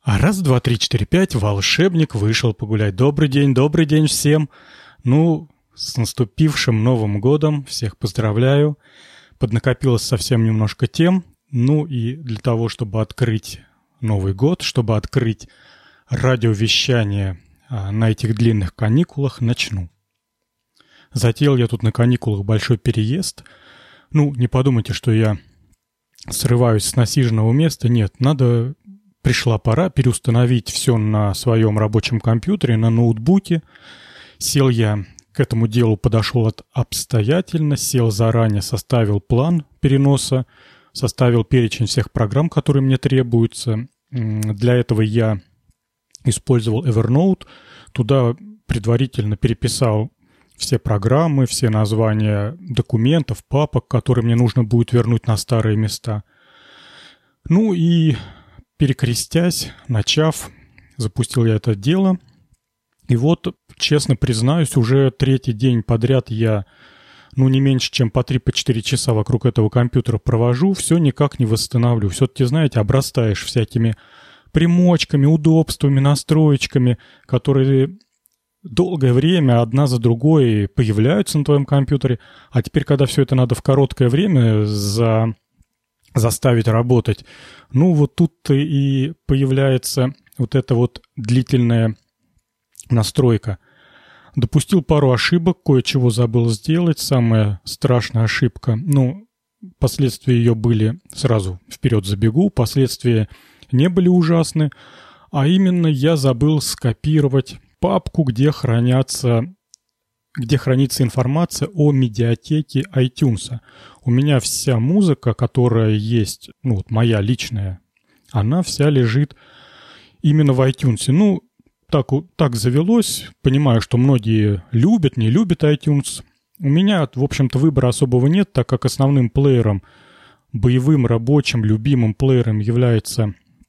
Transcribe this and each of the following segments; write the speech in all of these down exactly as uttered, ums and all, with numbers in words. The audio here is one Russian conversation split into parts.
А раз, два, три, четыре, пять, волшебник вышел погулять. Добрый день, добрый день всем. Ну, с наступившим Новым годом. Всех поздравляю. Поднакопилось совсем немножко тем. Ну и для того, чтобы открыть Новый год, чтобы открыть радиовещание на этих длинных каникулах, начну. Затеял я тут на каникулах большой переезд. Ну, не подумайте, что я срываюсь с насиженного места. Нет, надо... Пришла пора переустановить все на своем рабочем компьютере, на ноутбуке. Сел я к этому делу, подошел от обстоятельно, сел заранее, составил план переноса, составил перечень всех программ, которые мне требуются. Для этого я использовал Evernote. Туда предварительно переписал все программы, все названия документов, папок, которые мне нужно будет вернуть на старые места. Ну и... Перекрестясь, начав, запустил я это дело. И вот, честно признаюсь, уже третий день подряд я, ну, не меньше, чем по три четыре часа вокруг этого компьютера провожу, все никак не восстанавливаю. Все-таки, знаете, обрастаешь всякими примочками, удобствами, настроечками, которые долгое время одна за другой появляются на твоем компьютере. А теперь, когда все это надо в короткое время за... заставить работать. Ну, вот тут-то и появляется вот эта вот длительная настройка. Допустил пару ошибок, кое-чего забыл сделать. Самая страшная ошибка, ну, последствия ее были, сразу вперед забегу, последствия не были ужасны, а именно я забыл скопировать папку, где хранятся... где хранится информация о медиатеке iTunes. У меня вся музыка, которая есть, ну вот моя личная, она вся лежит именно в iTunes. Ну, так, так завелось. Понимаю, что многие любят, не любят iTunes. У меня, в общем-то, выбора особого нет, так как основным плеером, боевым, рабочим, любимым плеером является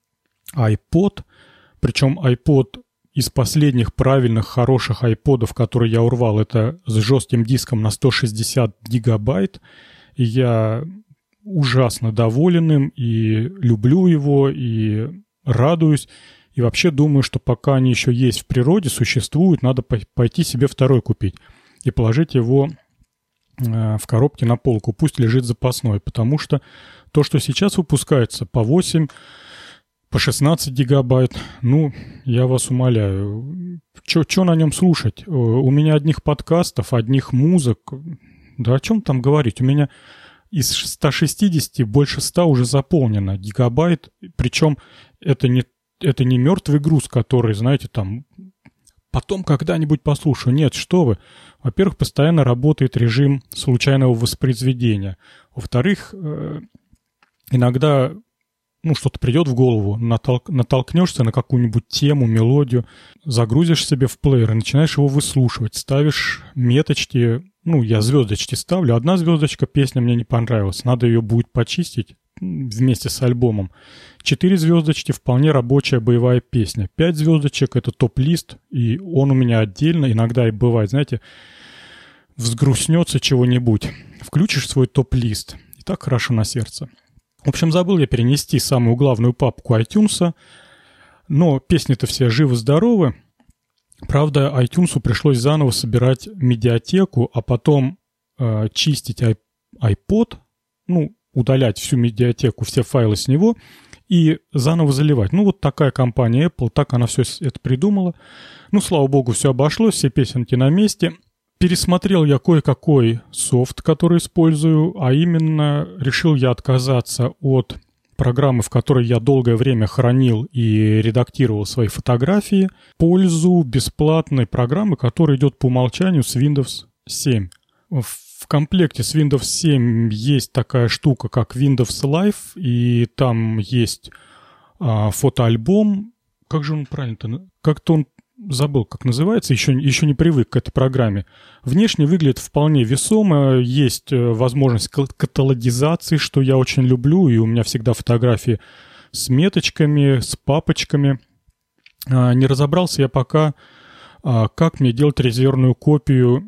iPod. Причем iPod... Из последних правильных, хороших айподов, которые я урвал, это с жестким диском на сто шестьдесят гигабайт. И я ужасно доволен им и люблю его, и радуюсь. И вообще думаю, что пока они еще есть в природе, существуют, надо пойти себе второй купить и положить его в коробке на полку. Пусть лежит запасной, потому что то, что сейчас выпускается по восемь, по шестнадцать гигабайт, ну, я вас умоляю. Что на нем слушать? У меня одних подкастов, одних музык. Да о чем там говорить? У меня из ста шестидесяти больше ста уже заполнено гигабайт. Причем это не, это не мертвый груз, который, знаете, там... Потом когда-нибудь послушаю. Нет, что вы. Во-первых, постоянно работает режим случайного воспроизведения. Во-вторых, иногда... Ну, что-то придет в голову, натолк, натолкнешься на какую-нибудь тему, мелодию, загрузишь себе в плеер и начинаешь его выслушивать, ставишь меточки, ну, я звездочки ставлю, одна звездочка, песня мне не понравилась, надо ее будет почистить вместе с альбомом. Четыре звездочки, вполне рабочая боевая песня. Пять звездочек — это топ-лист, и он у меня отдельно, иногда и бывает, знаете, взгрустнется чего-нибудь, включишь свой топ-лист, и так хорошо на сердце. В общем, забыл я перенести самую главную папку iTunes, но песни-то все живы-здоровы. Правда, iTunes пришлось заново собирать медиатеку, а потом э, чистить iPod, ну, удалять всю медиатеку, все файлы с него и заново заливать. Ну, вот такая компания Apple, так она все это придумала. Ну, слава богу, все обошлось, все песенки на месте. Пересмотрел я кое-какой софт, который использую, а именно решил я отказаться от программы, в которой я долгое время хранил и редактировал свои фотографии, в пользу бесплатной программы, которая идет по умолчанию с Windows семь. В комплекте с Windows семь есть такая штука, как Windows Live, и там есть а, фотоальбом. Как же он правильно-то? Как-то он забыл, как называется, еще, еще не привык к этой программе. Внешне выглядит вполне весомо, есть возможность каталогизации, что я очень люблю, и у меня всегда фотографии с меточками, с папочками. Не разобрался я пока, как мне делать резервную копию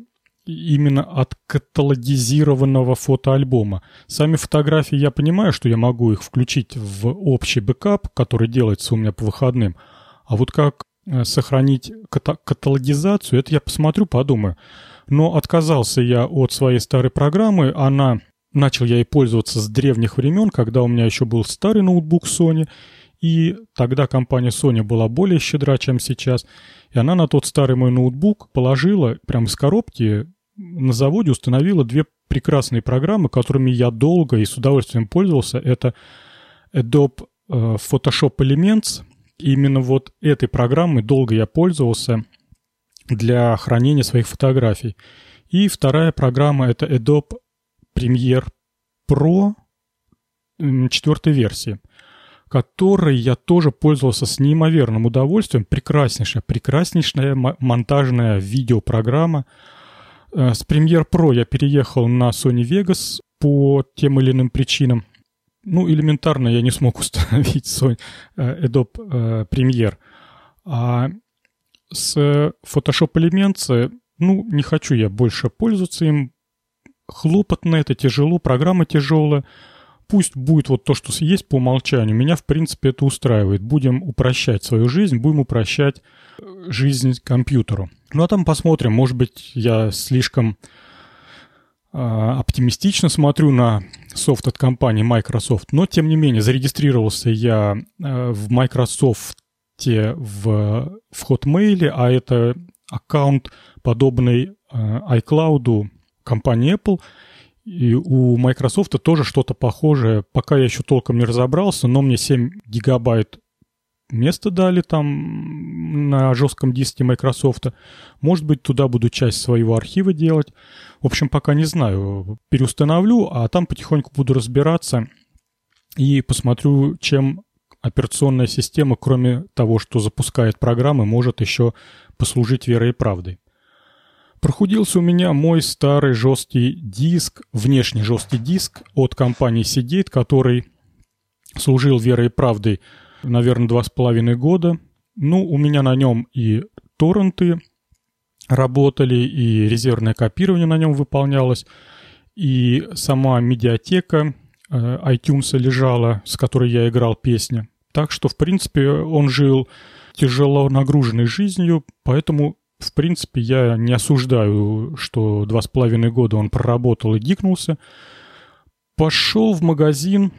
именно от каталогизированного фотоальбома. Сами фотографии я понимаю, что я могу их включить в общий бэкап, который делается у меня по выходным. А вот как сохранить ката- каталогизацию, это я посмотрю, подумаю. Но отказался я от своей старой программы. Она... Начал я ей пользоваться с древних времен, когда у меня еще был старый ноутбук Sony, и тогда компания Sony была более щедра, чем сейчас. И она на тот старый мой ноутбук положила, прямо из коробки, на заводе установила две прекрасные программы, которыми я долго и с удовольствием пользовался. Это Adobe Photoshop Elements. И именно вот этой программой долго я пользовался для хранения своих фотографий. И вторая программа — это Adobe Premiere Pro четвертой версии, которой я тоже пользовался с неимоверным удовольствием. Прекраснейшая, прекраснейшая монтажная видеопрограмма. С Premiere Pro я переехал на Sony Vegas по тем или иным причинам. Ну, элементарно я не смог установить Sony, Adobe Premiere. А с Photoshop Elements, ну, не хочу я больше пользоваться им. Хлопотно это, тяжело, программа тяжелая. Пусть будет вот то, что есть по умолчанию. Меня, в принципе, это устраивает. Будем упрощать свою жизнь, будем упрощать жизнь компьютеру. Ну, а там посмотрим. Может быть, я слишком э, оптимистично смотрю на софт от компании Microsoft. Но, тем не менее, зарегистрировался я э, в Microsoft в, в Hotmail, а это аккаунт, подобный э, iCloud компании Apple, и у Microsoft тоже что-то похожее. Пока я еще толком не разобрался, но мне семь гигабайт места дали там на жестком диске Microsoft. Может быть, туда буду часть своего архива делать. В общем, пока не знаю. Переустановлю, а там потихоньку буду разбираться и посмотрю, чем операционная система, кроме того, что запускает программы, может еще послужить верой и правдой. Прохудился у меня мой старый жесткий диск, внешний жесткий диск от компании Seagate, который служил верой и правдой, наверное, два с половиной года. Ну, у меня на нем и торренты работали, и резервное копирование на нем выполнялось, и сама медиатека э, iTunes лежала, с которой я играл песни. Так что, в принципе, он жил тяжело нагруженной жизнью, поэтому... В принципе, я не осуждаю, что два с половиной года он проработал и гикнулся. Пошел в магазин,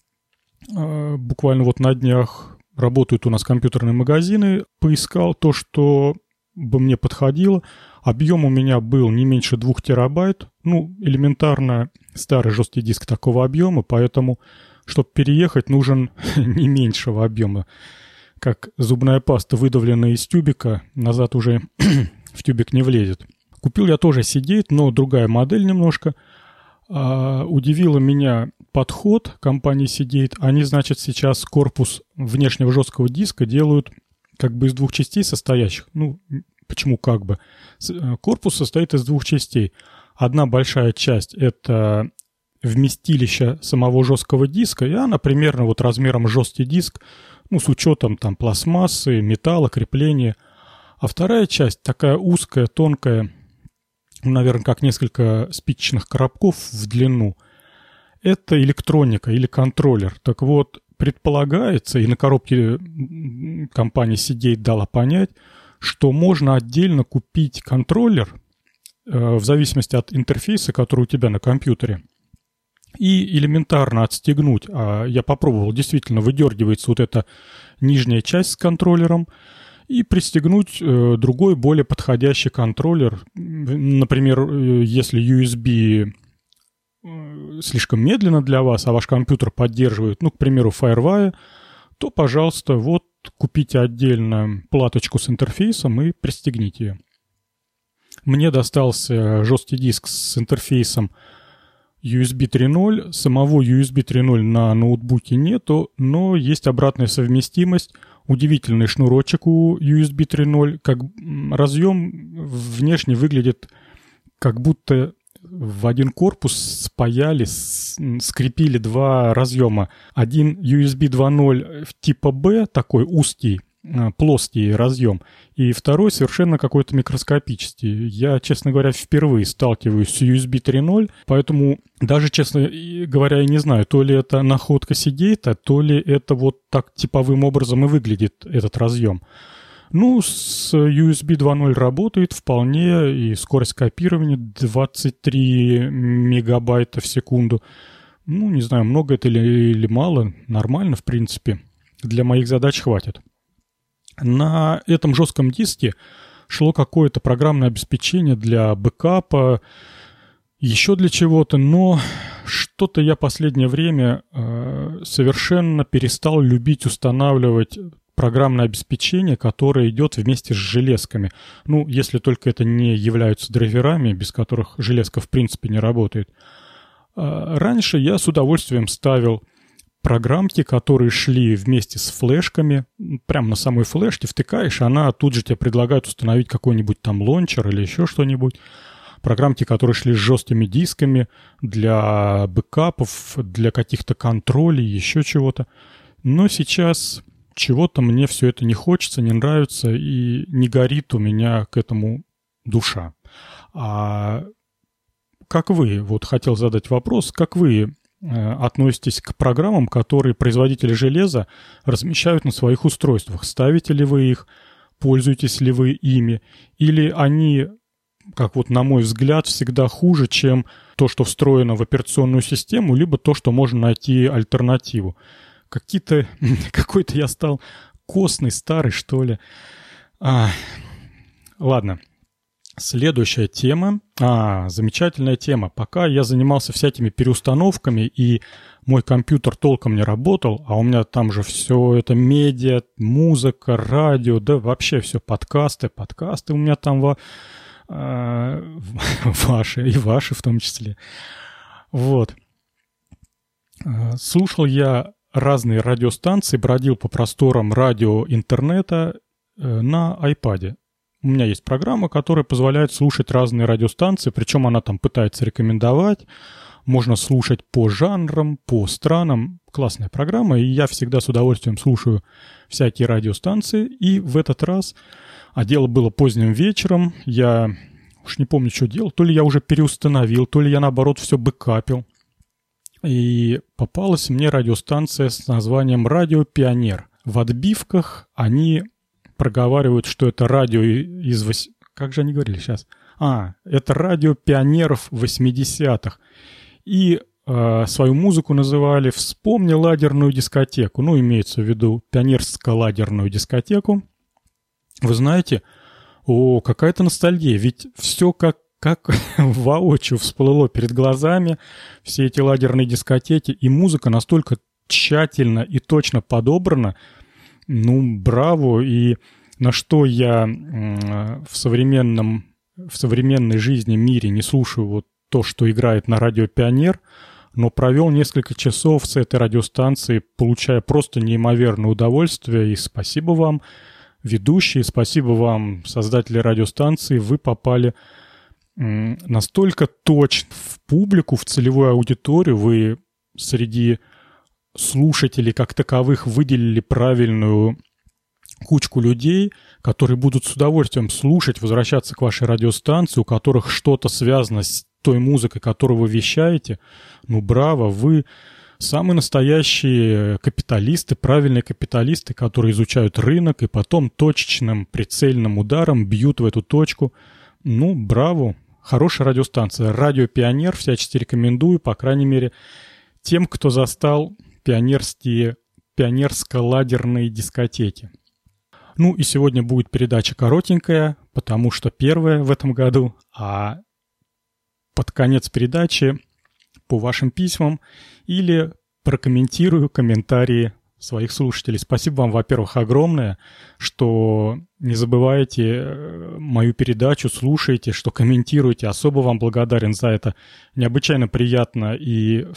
буквально вот на днях работают у нас компьютерные магазины, поискал то, что бы мне подходило. Объем у меня был не меньше двух терабайт. Ну, элементарно старый жесткий диск такого объема, поэтому, чтобы переехать, нужен не меньшего объема. Как зубная паста, выдавленная из тюбика, назад уже в тюбик не влезет. Купил я тоже Seagate, но другая модель немножко. А, удивило меня подход компании Seagate. Они, значит, сейчас корпус внешнего жесткого диска делают как бы из двух частей состоящих. Ну, почему как бы? Корпус состоит из двух частей. Одна большая часть — это вместилище самого жесткого диска, и она примерно вот размером жесткий диск, ну, с учетом там пластмассы, металла, крепления. А вторая часть такая узкая, тонкая, наверное, как несколько спичечных коробков в длину. Это электроника или контроллер. Так вот, предполагается, и на коробке компания Seagate дала понять, что можно отдельно купить контроллер э, в зависимости от интерфейса, который у тебя на компьютере, и элементарно отстегнуть. А я попробовал, действительно выдергивается вот эта нижняя часть с контроллером, и пристегнуть э, другой, более подходящий контроллер. Например, э, если ю эс би э, слишком медленно для вас, а ваш компьютер поддерживает, ну, к примеру, FireWire, то, пожалуйста, вот купите отдельно платочку с интерфейсом и пристегните ее. Мне достался жесткий диск с интерфейсом ю эс би три ноль. Самого ю эс би три ноль на ноутбуке нету, но есть обратная совместимость. Удивительный шнурочек у ю эс би три ноль. Как разъем внешне выглядит, как будто в один корпус спаяли, скрепили два разъема. Один ю эс би два ноль типа B, такой узкий, плоский разъем, и второй совершенно какой-то микроскопический. Я, честно говоря, впервые сталкиваюсь с ю эс би три ноль, поэтому даже, честно говоря, я не знаю, то ли это находка Seagate, то ли это вот так типовым образом и выглядит этот разъем. Ну, с ю эс би два ноль работает вполне, и скорость копирования двадцать три мегабайта в секунду. Ну, не знаю, много это или, или мало, нормально, в принципе. Для моих задач хватит. На этом жестком диске шло какое-то программное обеспечение для бэкапа, еще для чего-то, но что-то я последнее время э, совершенно перестал любить устанавливать программное обеспечение, которое идет вместе с железками. Ну, если только это не являются драйверами, без которых железка в принципе не работает. Э, раньше я с удовольствием ставил программки, которые шли вместе с флешками. Прямо на самой флешке втыкаешь, она тут же тебе предлагает установить какой-нибудь там лончер или еще что-нибудь. Программки, которые шли с жесткими дисками для бэкапов, для каких-то контролей, еще чего-то. Но сейчас чего-то мне все это не хочется, не нравится и не горит у меня к этому душа. А как вы, вот хотел задать вопрос, как вы относитесь к программам, которые производители железа размещают на своих устройствах? Ставите ли вы их, пользуетесь ли вы ими, или они, как вот на мой взгляд, всегда хуже, чем то, что встроено в операционную систему, либо то, что можно найти альтернативу? Какие-то, какой-то я стал костный, старый, что ли. А, ладно. Следующая тема. А, замечательная тема. Пока я занимался всякими переустановками, и мой компьютер толком не работал, а у меня там же все это медиа, музыка, радио, да вообще все, подкасты, подкасты у меня там во, э, ваши, и ваши в том числе. Вот. Слушал я разные радиостанции, бродил по просторам радио интернета э, на iPad. У меня есть программа, которая позволяет слушать разные радиостанции, причем она там пытается рекомендовать. Можно слушать по жанрам, по странам. Классная программа, и я всегда с удовольствием слушаю всякие радиостанции. И в этот раз, а дело было поздним вечером, я уж не помню, что делал. То ли я уже переустановил, то ли я, наоборот, все бэкапил. И попалась мне радиостанция с названием «Радио Пионер». В отбивках они проговаривают, что это радио из... Вось... Как же они говорили сейчас? А, это радио пионеров восьмидесятых. И э, свою музыку называли «Вспомни ладерную дискотеку». Ну, имеется в виду пионерско-ладерную дискотеку. Вы знаете, о, какая-то ностальгия. Ведь все как, как воочию всплыло перед глазами. Все эти ладерные дискотеки. И музыка настолько тщательно и точно подобрана. Ну, браво, и на что я в современном, в современной жизни, мире не слушаю вот то, что играет на радио «Пионер», но провел несколько часов с этой радиостанцией, получая просто неимоверное удовольствие, и спасибо вам, ведущие, спасибо вам, создатели радиостанции, вы попали настолько точно в публику, в целевую аудиторию, вы среди слушателей как таковых выделили правильную кучку людей, которые будут с удовольствием слушать, возвращаться к вашей радиостанции, у которых что-то связано с той музыкой, которую вы вещаете. Ну, браво, вы самые настоящие капиталисты, правильные капиталисты, которые изучают рынок и потом точечным прицельным ударом бьют в эту точку. Ну, браво, хорошая радиостанция. Радио «Пионер» всячески рекомендую, по крайней мере, тем, кто застал пионерские, пионерско-ладерные дискотеки. Ну и сегодня будет передача коротенькая, потому что первая в этом году, а под конец передачи по вашим письмам или прокомментирую комментарии своих слушателей. Спасибо вам, во-первых, огромное, что не забываете мою передачу, слушаете, что комментируете. Особо вам благодарен за это. Необычайно приятно и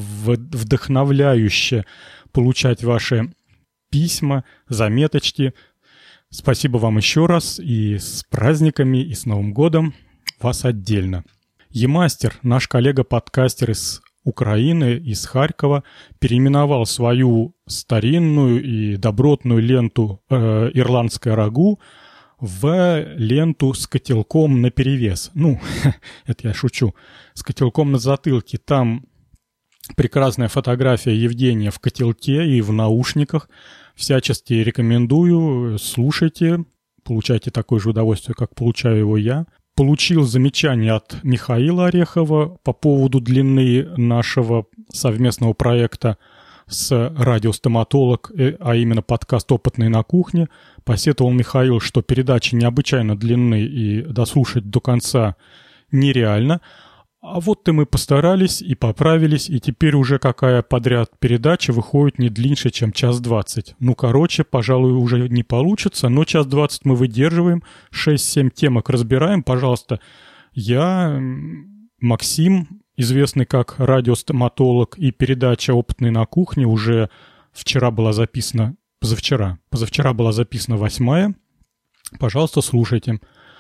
вдохновляюще получать ваши письма, заметочки. Спасибо вам еще раз, и с праздниками, и с Новым годом вас отдельно. Емастер, наш коллега-подкастер из Украины, из Харькова, переименовал свою старинную и добротную ленту э, «Ирландское рагу» в ленту с котелком наперевес. Ну, это я шучу. С котелком на затылке. Там прекрасная фотография Евгения в котелке и в наушниках. Всячески рекомендую. Слушайте. Получайте такое же удовольствие, как получаю его я. Получил замечание от Михаила Орехова по поводу длины нашего совместного проекта с радиостоматолог, а именно подкаст «Опытный на кухне». Посетовал Михаил, что передачи необычайно длинны и дослушать до конца нереально. А вот и мы постарались и поправились, и теперь уже какая подряд передача выходит не длиннее, чем час двадцать. Ну, короче, пожалуй, уже не получится, но час двадцать мы выдерживаем, шесть-семь темок разбираем. Пожалуйста, я, Максим, известный как радиостоматолог, и передача «Опытный на кухне» уже вчера была записана, позавчера, позавчера была записана восьмая. Пожалуйста, слушайте.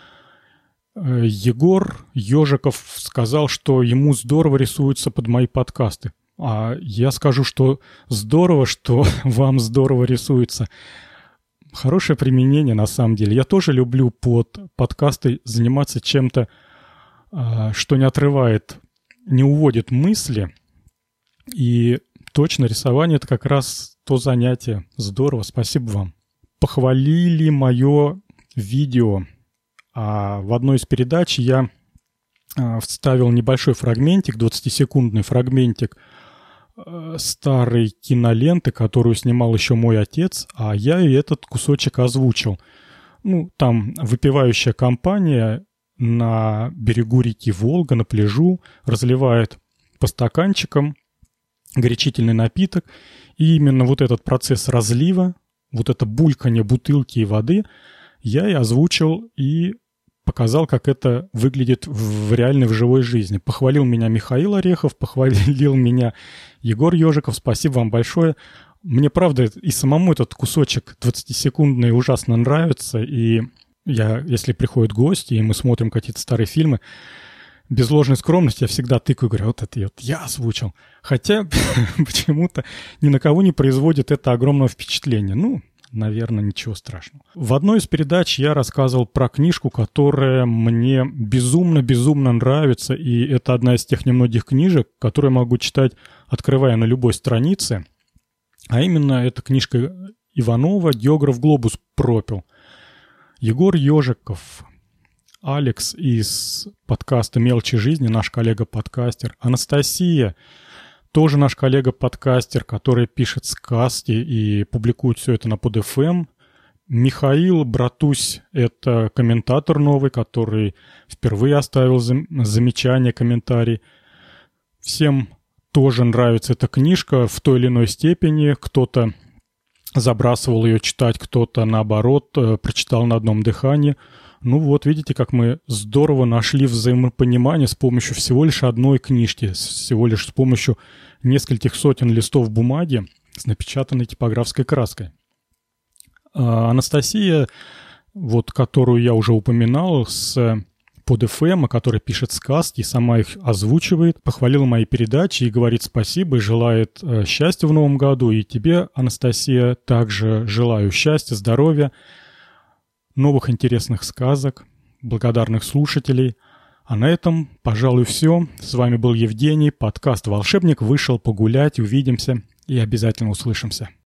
Егор Ежиков сказал, что ему здорово рисуются под мои подкасты. А я скажу, что здорово, что вам здорово рисуется. Хорошее применение, на самом деле. Я тоже люблю под подкасты заниматься чем-то, что не отрывает, не уводит мысли. И точно рисование — это как раз то занятие. Здорово, спасибо вам. Похвалили мое видео. А в одной из передач я а, вставил небольшой фрагментик, двадцатисекундный фрагментик а, старой киноленты, которую снимал еще мой отец, а я и этот кусочек озвучил. Ну, там выпивающая компания на берегу реки Волга, на пляжу, разливает по стаканчикам горячительный напиток. И именно вот этот процесс разлива, вот это бульканье бутылки и воды я и озвучил и показал, как это выглядит в реальной, в живой жизни. Похвалил меня Михаил Орехов, похвалил меня Егор Ежиков. Спасибо вам большое. Мне, правда, и самому этот кусочек двадцатисекундный ужасно нравится. И я, если приходят гости, и мы смотрим какие-то старые фильмы, без ложной скромности я всегда тыкаю, говорю, вот это вот я озвучил. Хотя почему-то ни на кого не производит это огромного впечатления. Ну, наверное, ничего страшного. В одной из передач я рассказывал про книжку, которая мне безумно-безумно нравится, и это одна из тех немногих книжек, которые я могу читать, открывая на любой странице. А именно, это книжка Иванова «Географ глобус пропил». Егор Ежиков, Алекс из подкаста «Мелочи жизни», наш коллега-подкастер, Анастасия, тоже наш коллега-подкастер, который пишет сказки и публикует все это на под эф эм. Михаил Братусь — это комментатор новый, который впервые оставил зам- замечание, комментарий. Всем тоже нравится эта книжка в той или иной степени. Кто-то забрасывал ее читать, кто-то, наоборот, прочитал на одном дыхании. Ну вот, видите, как мы здорово нашли взаимопонимание с помощью всего лишь одной книжки, всего лишь с помощью нескольких сотен листов бумаги с напечатанной типографской краской. А Анастасия, вот, которую я уже упоминал, с под эф эм, которая пишет сказки, сама их озвучивает, похвалила мои передачи и говорит спасибо, и желает э, счастья в новом году. И тебе, Анастасия, также желаю счастья, здоровья, новых интересных сказок, благодарных слушателей. А на этом, пожалуй, все. С вами был Евгений, подкаст «Волшебник». Вышел погулять, увидимся и обязательно услышимся.